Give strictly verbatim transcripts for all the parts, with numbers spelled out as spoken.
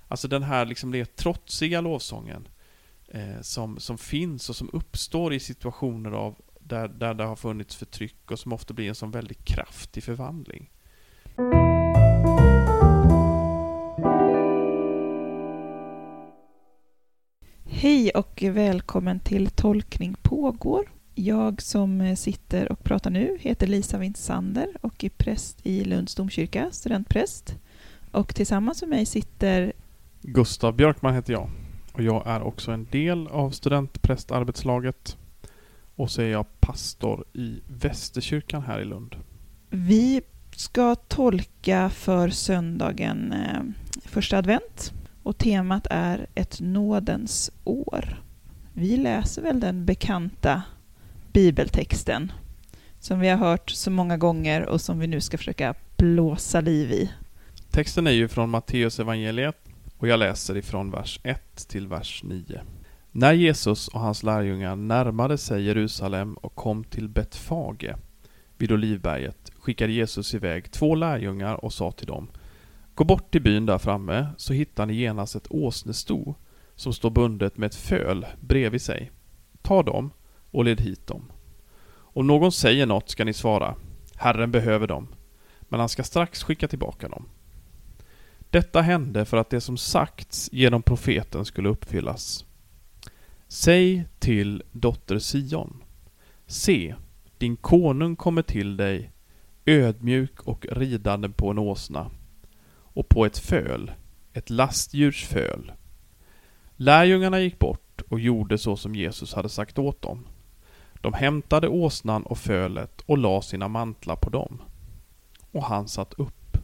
Alltså den här liksom det trotsiga lovsången eh, som, som finns och som uppstår i situationer av där, där det har funnits förtryck och som ofta blir en sån väldigt kraftig förvandling. Hej och välkommen till Tolkning pågår. Jag som sitter och pratar nu heter Lisa Winsander och är präst i Lunds domkyrka, studentpräst. Och tillsammans med mig sitter Gustav Björkman heter jag. Och jag är också en del av studentprästarbetslaget. Och så är jag pastor i Västerkyrkan här i Lund. Vi ska tolka för söndagen eh, första advent. Och temat är ett nådens år. Vi läser väl den bekanta bibeltexten som vi har hört så många gånger och som vi nu ska försöka blåsa liv i. Texten är ju från Matteus evangeliet och jag läser ifrån vers ett till vers nio. När Jesus och hans lärjungar närmade sig Jerusalem och kom till Betfage vid Olivberget skickade Jesus iväg två lärjungar och sa till dem: gå bort till byn där framme så hittar ni genast ett åsnesto som står bundet med ett föl bredvid sig. Ta dem och led hit dem. Om någon säger något ska ni svara: Herren behöver dem, men han ska strax skicka tillbaka dem. Detta hände för att det som sagts genom profeten skulle uppfyllas. Säg till dotter Sion: se, din konung kommer till dig, ödmjuk och ridande på en åsna, och på ett föl, ett lastdjurs föl. Lärjungarna gick bort och gjorde så som Jesus hade sagt åt dem. De hämtade åsnan och fölet och la sina mantlar på dem. Och han satt upp.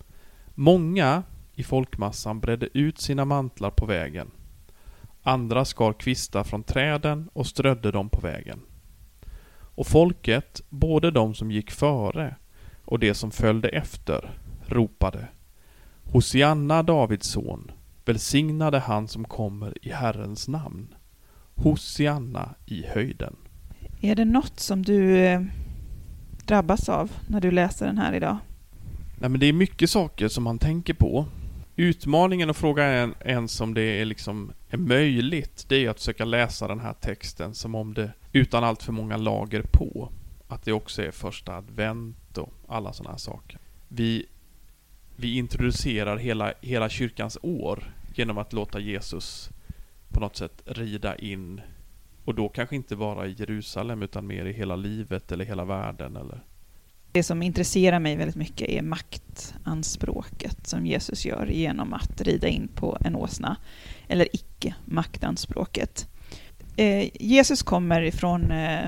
Många i folkmassan bredde ut sina mantlar på vägen. Andra skar kvistar från träden och strödde dem på vägen. Och folket, både de som gick före och de som följde efter, ropade: Hosianna, Davids son, välsignade han som kommer i Herrens namn. Hosianna i höjden. Är det något som du eh, drabbas av när du läser den här idag? Nej, men det är mycket saker som man tänker på. Utmaningen att fråga en, en som det är, liksom, är möjligt, det är att försöka läsa den här texten som om det utan allt för många lager på. Att det också är första advent och alla sådana här saker. Vi, vi introducerar hela, hela kyrkans år genom att låta Jesus på något sätt rida in. Och då kanske inte bara i Jerusalem utan mer i hela livet eller hela världen. Eller? Det som intresserar mig väldigt mycket är maktanspråket som Jesus gör genom att rida in på en åsna. Eller icke maktanspråket. Eh, Jesus kommer ifrån eh,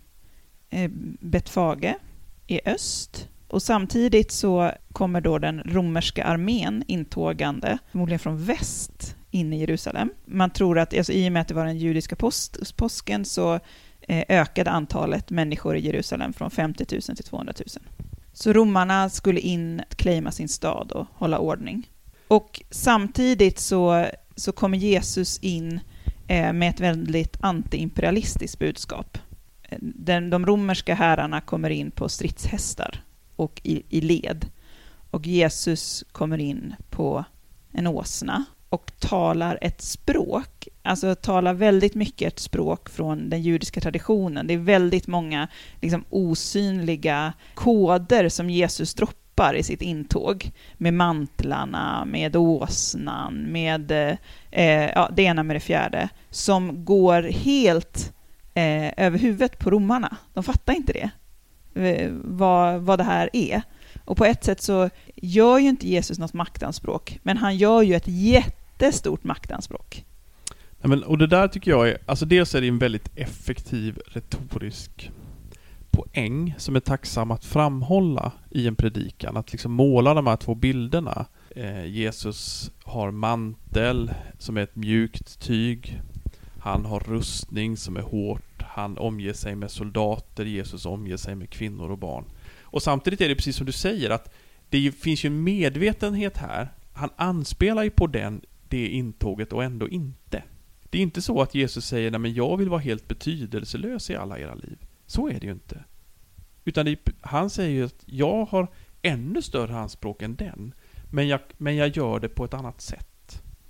Betfage i öst. Och samtidigt så kommer då den romerska armén intågande, förmodligen från väst, in i Jerusalem. Man tror att alltså, i och med att det var den judiska post, påsken så eh, ökade antalet människor i Jerusalem från femtio tusen till tvåhundratusen. Så romarna skulle in, claima sin stad och hålla ordning. Och samtidigt så, så kommer Jesus in eh, med ett väldigt antiimperialistiskt budskap. Den, de romerska herrarna kommer in på stridshästar och i, i led. Och Jesus kommer in på en åsna och talar ett språk, alltså talar väldigt mycket ett språk från den judiska traditionen. Det är väldigt många liksom, osynliga koder som Jesus droppar i sitt intåg. Med mantlarna, med åsnan, med eh, ja, det ena med det fjärde. Som går helt eh, över huvudet på romarna. De fattar inte det. Eh, vad, vad det här är. Och på ett sätt så gör ju inte Jesus något maktanspråk, men han gör ju ett jättestort maktanspråk. Nej, men, och det där tycker jag är, alltså dels är det en väldigt effektiv retorisk poäng som är tacksam att framhålla i en predikan, att liksom måla de här två bilderna. Eh, Jesus har mantel som är ett mjukt tyg, han har rustning som är hårt, han omger sig med soldater, Jesus omger sig med kvinnor och barn. Och samtidigt är det precis som du säger att det finns ju en medvetenhet här. Han anspelar ju på den, det intåget och ändå inte. Det är inte så att Jesus säger nej men jag vill vara helt betydelselös i alla era liv. Så är det ju inte. Utan det, han säger ju att jag har ännu större anspråk än den. Men jag, men jag gör det på ett annat sätt.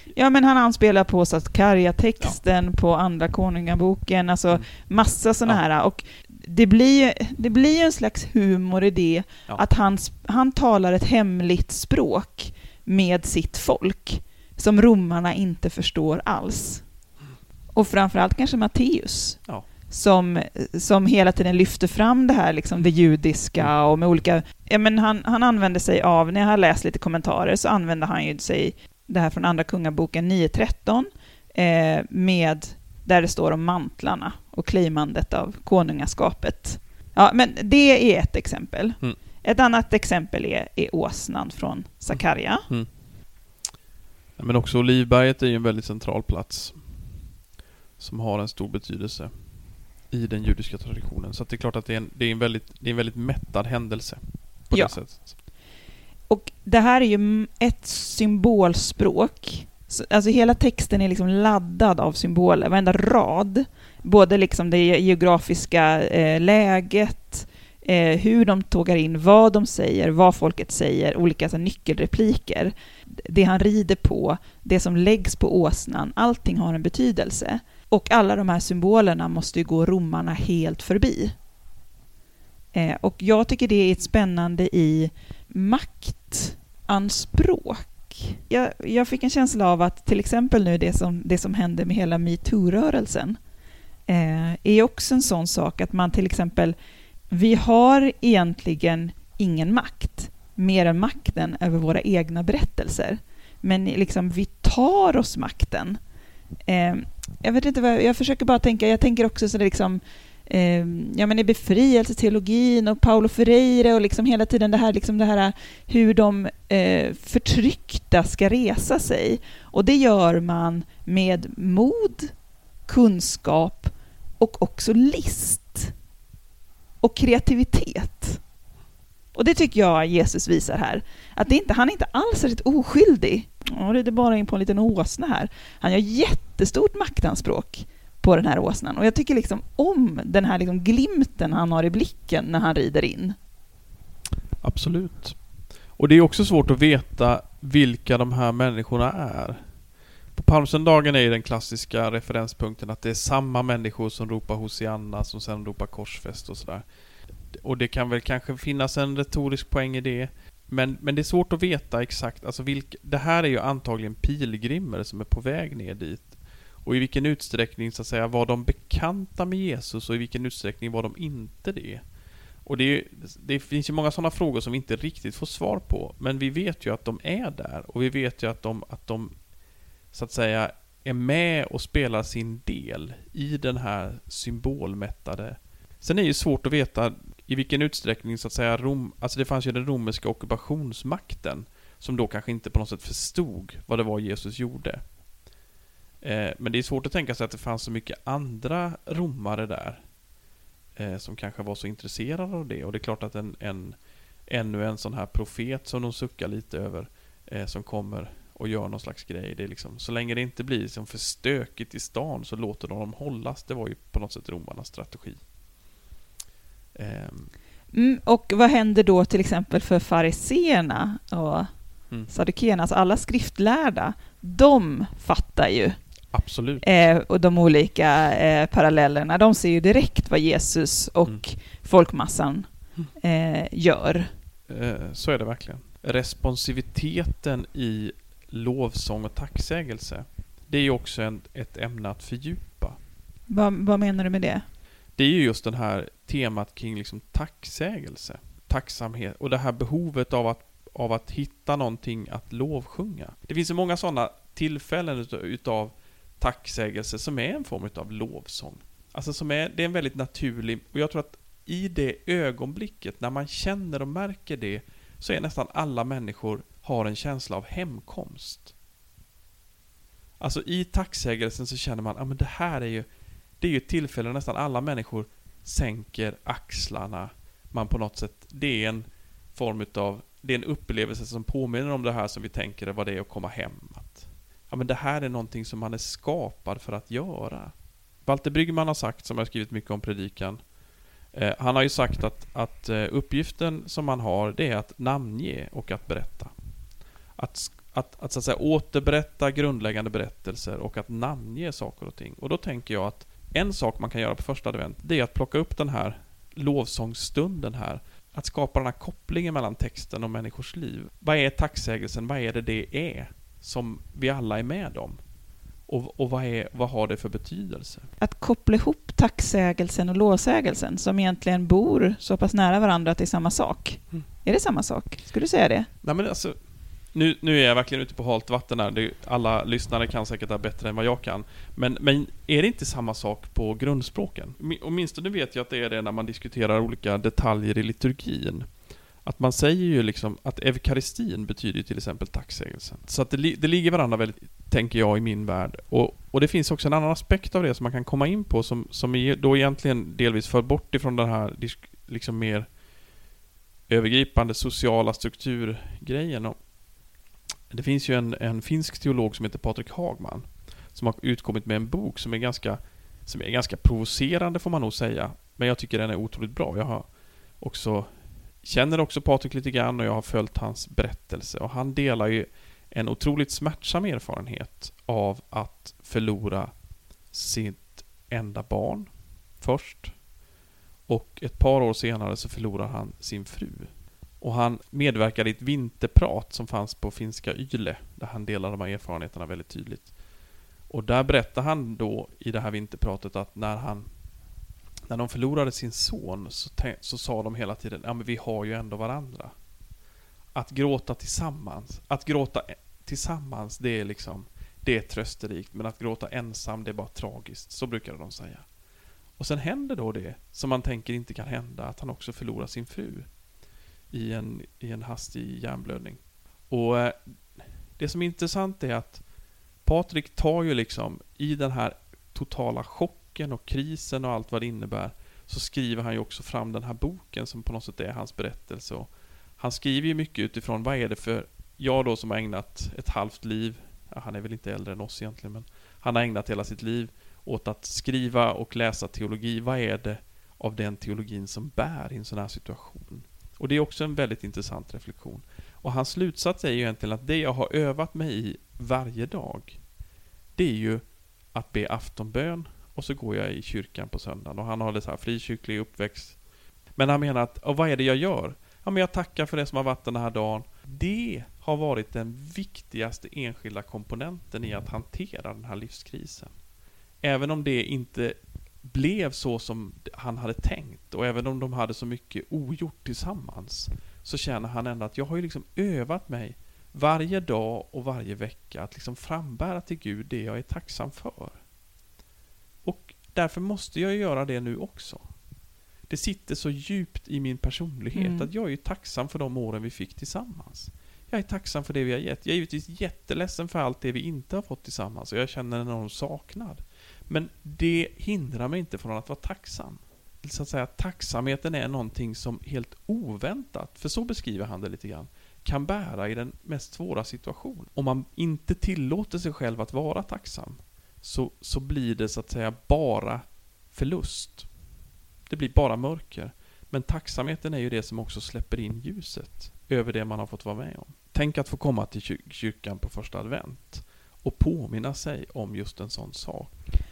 Ja, men han anspelar på Sakarja-texten, ja. på Andra Konungaboken, alltså mm. massa såna ja. här. Och det blir, det blir en slags humor i det, ja. att han, han talar ett hemligt språk med sitt folk som romarna inte förstår alls. Och framförallt kanske Matteus. Ja. Som, som hela tiden lyfter fram det här, liksom det judiska och med olika... Ja, men han, han använder sig av, när jag har läst lite kommentarer så använder han ju sig det här från Andra Kungaboken nio tretton eh, med där det står om mantlarna och claimandet av konungaskapet. Ja, men det är ett exempel. Mm. Ett annat exempel är, är åsnan från Sakarja. Mm. Ja, men också Olivberget är ju en väldigt central plats som har en stor betydelse i den judiska traditionen. Så att det är klart att det är en, det är en, väldigt, det är en väldigt mättad händelse på ja. det sättet. Och det här är ju ett symbolspråk. Alltså hela texten är liksom laddad av symboler. Varenda rad. Både liksom det geografiska eh, läget, eh, hur de tågar in, vad de säger, vad folket säger, olika alltså, nyckelrepliker. Det han rider på, det som läggs på åsnan, allting har en betydelse. Och alla de här symbolerna måste ju gå romarna helt förbi. Eh, och jag tycker det är ett spännande i maktanspråk. Jag, jag fick en känsla av att till exempel nu det som, det som hände med hela MeToo-rörelsen eh, är också en sån sak att man till exempel, vi har egentligen ingen makt mer än makten över våra egna berättelser. Men liksom vi tar oss makten. Eh, jag vet inte vad jag, jag försöker bara tänka, jag tänker också så det liksom eh, ja men i befrielseteologin och Paulo Freire och liksom hela tiden det här liksom det här hur de eh, förtryckta ska resa sig, och det gör man med mod, kunskap och också list och kreativitet. Och det tycker jag Jesus visar här. Att det inte, han är inte alls är ett oskyldig. Och det är bara in på en liten åsna här. Han gör jättestort maktanspråk på den här åsnan. Och jag tycker liksom om den här liksom glimten han har i blicken när han rider in. Absolut. Och det är också svårt att veta vilka de här människorna är. På palmsöndagen är ju den klassiska referenspunkten att det är samma människor som ropar Hosianna som sen ropar korsfäst och sådär. Och det kan väl kanske finnas en retorisk poäng i det. Men, men det är svårt att veta exakt. Alltså vilka, det här är ju antagligen pilgrimer som är på väg ner dit. Och i vilken utsträckning så att säga var de bekanta med Jesus och i vilken utsträckning var de inte det. Och det, är, det finns ju många sådana frågor som vi inte riktigt får svar på. Men vi vet ju att de är där. Och vi vet ju att de, att de så att säga är med och spelar sin del i den här symbolmättade. Sen är det ju svårt att veta i vilken utsträckning så att säga Rom, alltså det fanns ju den romerska ockupationsmakten som då kanske inte på något sätt förstod vad det var Jesus gjorde. Eh, men det är svårt att tänka sig att det fanns så mycket andra romare där eh, som kanske var så intresserade av det. Och det är klart att en, en ännu en sån här profet som de suckar lite över eh, som kommer och gör någon slags grej. Det är liksom, så länge det inte blir liksom för stökigt i stan så låter de dem hållas. Det var ju på något sätt romarnas strategi. Mm, och vad händer då till exempel för fariseerna och mm. sadukeerna, alltså alla skriftlärda, de fattar ju absolut eh, och de olika eh, parallellerna, de ser ju direkt vad Jesus och mm. folkmassan eh, gör. Eh, så är det verkligen. Responsiviteten i lovsång och tacksägelse, det är ju också en, ett ämne att fördjupa. Va, vad menar du med det? Det är ju just den här temat kring liksom tacksägelse, tacksamhet och det här behovet av att, av att hitta någonting att lovsjunga. Det finns så många sådana tillfällen utav, utav tacksägelse som är en form utav lovsång. Alltså som är, det är en väldigt naturlig, och jag tror att i det ögonblicket när man känner och märker det så är nästan alla människor har en känsla av hemkomst. Alltså i tacksägelsen så känner man, ja men det här är ju Det är ju ett tillfälle nästan alla människor sänker axlarna. Man på något sätt, det är en form utav, det är en upplevelse som påminner om det här som vi tänker vad det är att komma hem. Att, ja men det här är någonting som man är skapad för att göra. Walter Bryggman har sagt, som jag har skrivit mycket om predikan, eh, han har ju sagt att, att eh, uppgiften som man har det är att namnge och att berätta. Att, att, att, så att säga, återberätta grundläggande berättelser och att namnge saker och ting. Och då tänker jag att en sak man kan göra på första advent, det är att plocka upp den här lovsångsstunden här. Att skapa den här kopplingen mellan texten och människors liv. Vad är tacksägelsen? Vad är det det är som vi alla är med om? Och, och vad, är, vad har det för betydelse? Att koppla ihop tacksägelsen och lovsägelsen som egentligen bor så pass nära varandra att det är samma sak. Mm. Är det samma sak? Skulle du säga det? Nej, men alltså, nu, nu är jag verkligen ute på halt vatten här. Det, alla lyssnare kan säkert det bättre än vad jag kan. Men, men är det inte samma sak på grundspråken? Åtminstone vet jag att det är det när man diskuterar olika detaljer i liturgin. Att man säger ju liksom att eukaristin betyder till exempel tacksägelsen. Så att det, det ligger varandra väldigt, tänker jag, i min värld. Och, och det finns också en annan aspekt av det som man kan komma in på som, som är då egentligen delvis för bort ifrån den här liksom mer övergripande sociala strukturgrejen. Och det finns ju en, en finsk teolog som heter Patrik Hagman som har utkommit med en bok som är ganska, som är ganska provocerande, får man nog säga. Men jag tycker den är otroligt bra. Jag har också känner också Patrik lite grann och jag har följt hans berättelse. Och han delar ju en otroligt smärtsam erfarenhet av att förlora sitt enda barn först. Och ett par år senare så förlorar han sin fru. Och han medverkade i ett vinterprat som fanns på finska Yle, där han delade de här erfarenheterna väldigt tydligt. Och där berättar han då i det här vinterpratet att när han när de förlorade sin son så, te- så sa de hela tiden, ja men vi har ju ändå varandra. Att gråta tillsammans, att gråta tillsammans, det är liksom, det är trösterikt, men att gråta ensam, det är bara tragiskt. Så brukade de säga. Och sen händer då det som man tänker inte kan hända, att han också förlorar sin fru i en, i en hastig hjärnblödning. Och eh, det som är intressant är att Patrik tar ju liksom i den här totala chocken och krisen och allt vad det innebär, så skriver han ju också fram den här boken som på något sätt är hans berättelse. Och han skriver ju mycket utifrån vad är det för, jag då som har ägnat ett halvt liv, ja, han är väl inte äldre än oss egentligen, men han har ägnat hela sitt liv åt att skriva och läsa teologi. Vad är det av den teologin som bär i en sån här situation? Och det är också en väldigt intressant reflektion. Och hans slutsats är ju egentligen att det jag har övat mig i varje dag, det är ju att be aftonbön, och så går jag i kyrkan på söndagen. Och han har det så här frikyrklig uppväxt. Men han menar att, och vad är det jag gör? Ja, men jag tackar för det som har varit den här dagen. Det har varit den viktigaste enskilda komponenten i att hantera den här livskrisen. Även om det inte blev så som han hade tänkt, och även om de hade så mycket ogjort tillsammans, så känner han ändå att jag har ju liksom övat mig varje dag och varje vecka att liksom frambära till Gud det jag är tacksam för. Och därför måste jag göra det nu också. Det sitter så djupt i min personlighet mm. att jag är tacksam för de åren vi fick tillsammans. Jag är tacksam för det vi har gett. Jag är givetvis jätteledsen för allt det vi inte har fått tillsammans, och jag känner en enorm saknad. Men det hindrar mig inte från att vara tacksam. Så att säga, tacksamheten är någonting som helt oväntat, för så beskriver han det lite grann, kan bära i den mest svåra situation. Om man inte tillåter sig själv att vara tacksam, så, så blir det så att säga bara förlust. Det blir bara mörker. Men tacksamheten är ju det som också släpper in ljuset över det man har fått vara med om. Tänk att få komma till kyr- kyrkan på första advent och påminna sig om just en sån sak.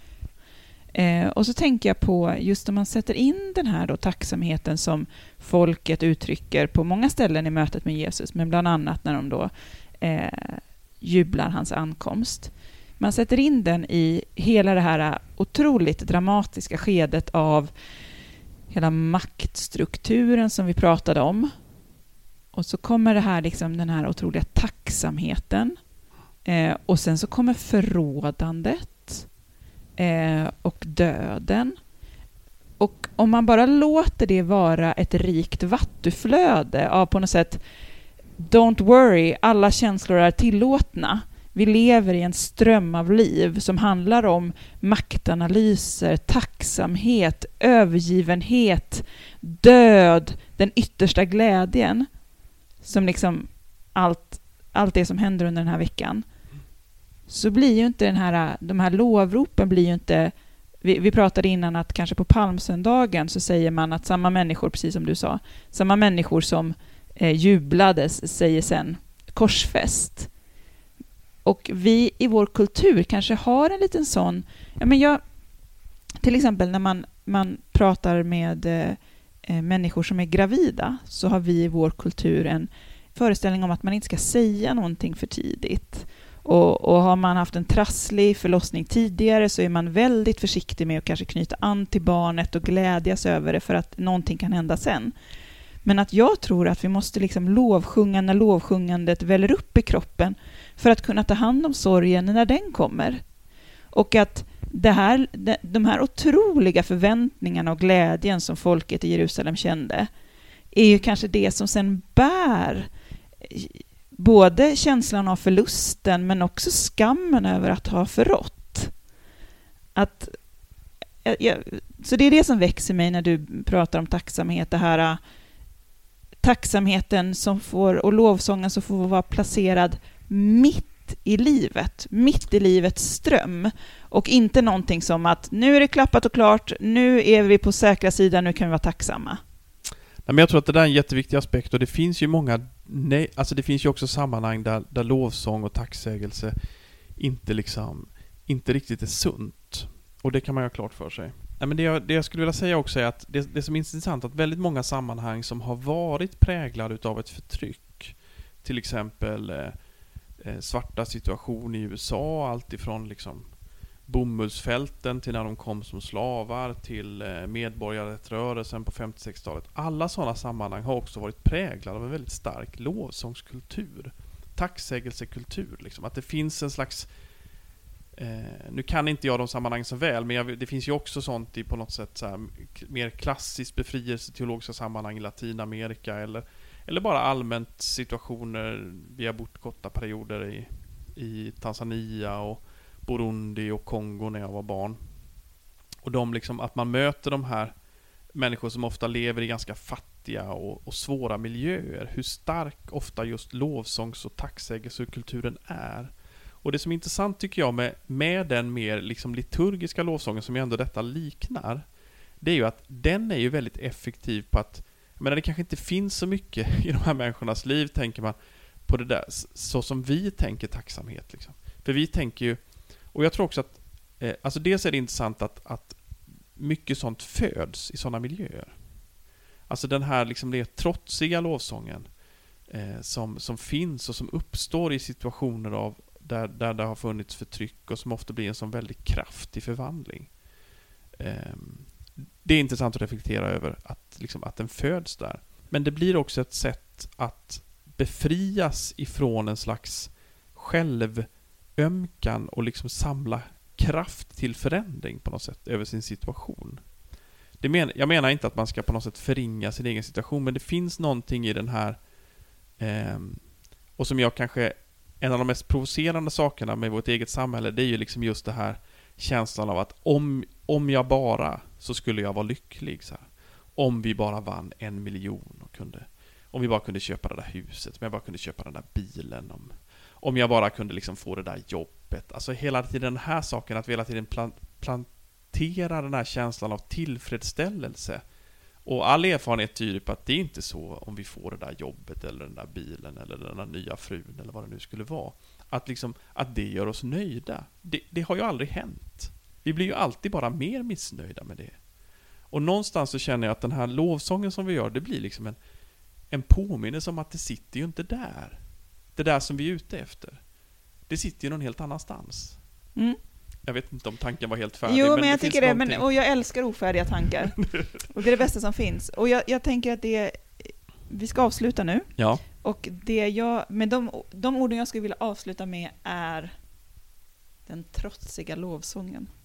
Eh, och så tänker jag på just när man sätter in den här då tacksamheten som folket uttrycker på många ställen i mötet med Jesus, men bland annat när de då eh, jublar hans ankomst. Man sätter in den i hela det här otroligt dramatiska skedet av hela maktstrukturen som vi pratade om. Och så kommer det här liksom den här otroliga tacksamheten. Eh, och sen så kommer förrådandet eh, och döden. Och om man bara låter det vara ett rikt vattenflöde av på något sätt, don't worry, alla känslor är tillåtna. Vi lever i en ström av liv som handlar om maktanalyser, tacksamhet, övergivenhet, död, den yttersta glädjen, som liksom allt, allt det som händer under den här veckan. Så blir ju inte den här, de här lovropen blir ju inte, vi, vi pratade innan att kanske på palmsöndagen så säger man att samma människor, precis som du sa, samma människor som eh, jublades säger sen korsfäst. Och vi i vår kultur kanske har en liten sån... Ja, men jag, till exempel när man, man pratar med eh, människor som är gravida, så har vi i vår kultur en föreställning om att man inte ska säga någonting för tidigt. Och, och har man haft en trasslig förlossning tidigare så är man väldigt försiktig med att kanske knyta an till barnet och glädjas över det för att någonting kan hända sen. Men att jag tror att vi måste liksom lovsjunga när lovsjungandet väller upp i kroppen för att kunna ta hand om sorgen när den kommer. Och att det här, de här otroliga förväntningarna och glädjen som folket i Jerusalem kände är ju kanske det som sen bär både känslan av förlusten men också skammen över att ha förrått. Att, ja, så det är det som växer mig när du pratar om tacksamhet, det här tacksamheten som får, och lovsången som får vara placerad mitt i livet, mitt i livets ström, och inte någonting som att nu är det klappat och klart, nu är vi på säkra sidan, nu kan vi vara tacksamma. Nej, men jag tror att det där är en jätteviktig aspekt, och det finns ju många, nej, alltså det finns ju också sammanhang där, där lovsång och tacksägelse inte liksom, inte riktigt är sunt, och det kan man ju ha klart för sig. Nej, men det, jag, det jag skulle vilja säga också är att det, det som är intressant är att väldigt många sammanhang som har varit präglade utav ett förtryck, till exempel eh, svarta situation i U S A, allt ifrån liksom bomullsfälten till när de kom som slavar till eh, medborgarrättsrörelsen på femtio-sextiotalet. Alla sådana sammanhang har också varit präglade av en väldigt stark lovsångskultur, tacksägelsekultur, liksom. Att det finns en slags Eh, nu kan inte jag de sammanhang så väl, men jag, det finns ju också sånt i på något sätt så här, mer klassiskt befrielseteologiska sammanhang i Latinamerika, eller, eller bara allmänt situationer. Vi har bott korta perioder i, i Tanzania och Burundi och Kongo när jag var barn. Och de liksom, att man möter de här människor som ofta lever i ganska fattiga och, och svåra miljöer, hur stark ofta just lovsångs- och tacksägelsekulturen är. Och det som är intressant tycker jag med, med den mer liksom liturgiska lovsången som ju ändå detta liknar, det är ju att den är ju väldigt effektiv på att, jag menar, det kanske inte finns så mycket i de här människornas liv, tänker man på det där, så som vi tänker tacksamhet liksom. För vi tänker ju, och jag tror också att eh, alltså dels är det intressant att, att mycket sånt föds i sådana miljöer. Alltså den här liksom det trotsiga lovsången eh, som, som finns och som uppstår i situationer av Där, där det har funnits förtryck och som ofta blir en sån väldigt kraftig förvandling. Um, det är intressant att reflektera över att, liksom, att den föds där. Men det blir också ett sätt att befrias ifrån en slags självömkan och liksom samla kraft till förändring på något sätt över sin situation. Det men, jag menar inte att man ska på något sätt förringa sin egen situation, men det finns någonting i den här um, och som jag kanske en av de mest provocerande sakerna med vårt eget samhälle, det är ju liksom just det här känslan av att om, om jag bara så skulle jag vara lycklig så här. Om vi bara vann en miljon och kunde, om vi bara kunde köpa det där huset, om jag bara kunde köpa den där bilen, om, om jag bara kunde liksom få det där jobbet. Alltså hela tiden den här saken, att vi hela tiden plant, plantera den här känslan av tillfredsställelse. Och all erfarenhet tyder på att det är inte så om vi får det där jobbet eller den där bilen eller den där nya frun eller vad det nu skulle vara. Att, liksom, att det gör oss nöjda. Det, det har ju aldrig hänt. Vi blir ju alltid bara mer missnöjda med det. Och någonstans så känner jag att den här lovsången som vi gör, det blir liksom en, en påminnelse om att det sitter ju inte där. Det där som vi är ute efter. Det sitter ju någon helt annanstans. Mm. Jag vet inte om tanken var helt färdig. Jo, men, men jag det tycker det. Men, och jag älskar ofärdiga tankar. Och det är det bästa som finns. Och jag, jag tänker att det är, vi ska avsluta nu. Ja. Och det jag, med de, de orden jag skulle vilja avsluta med är den trotsiga lovsången.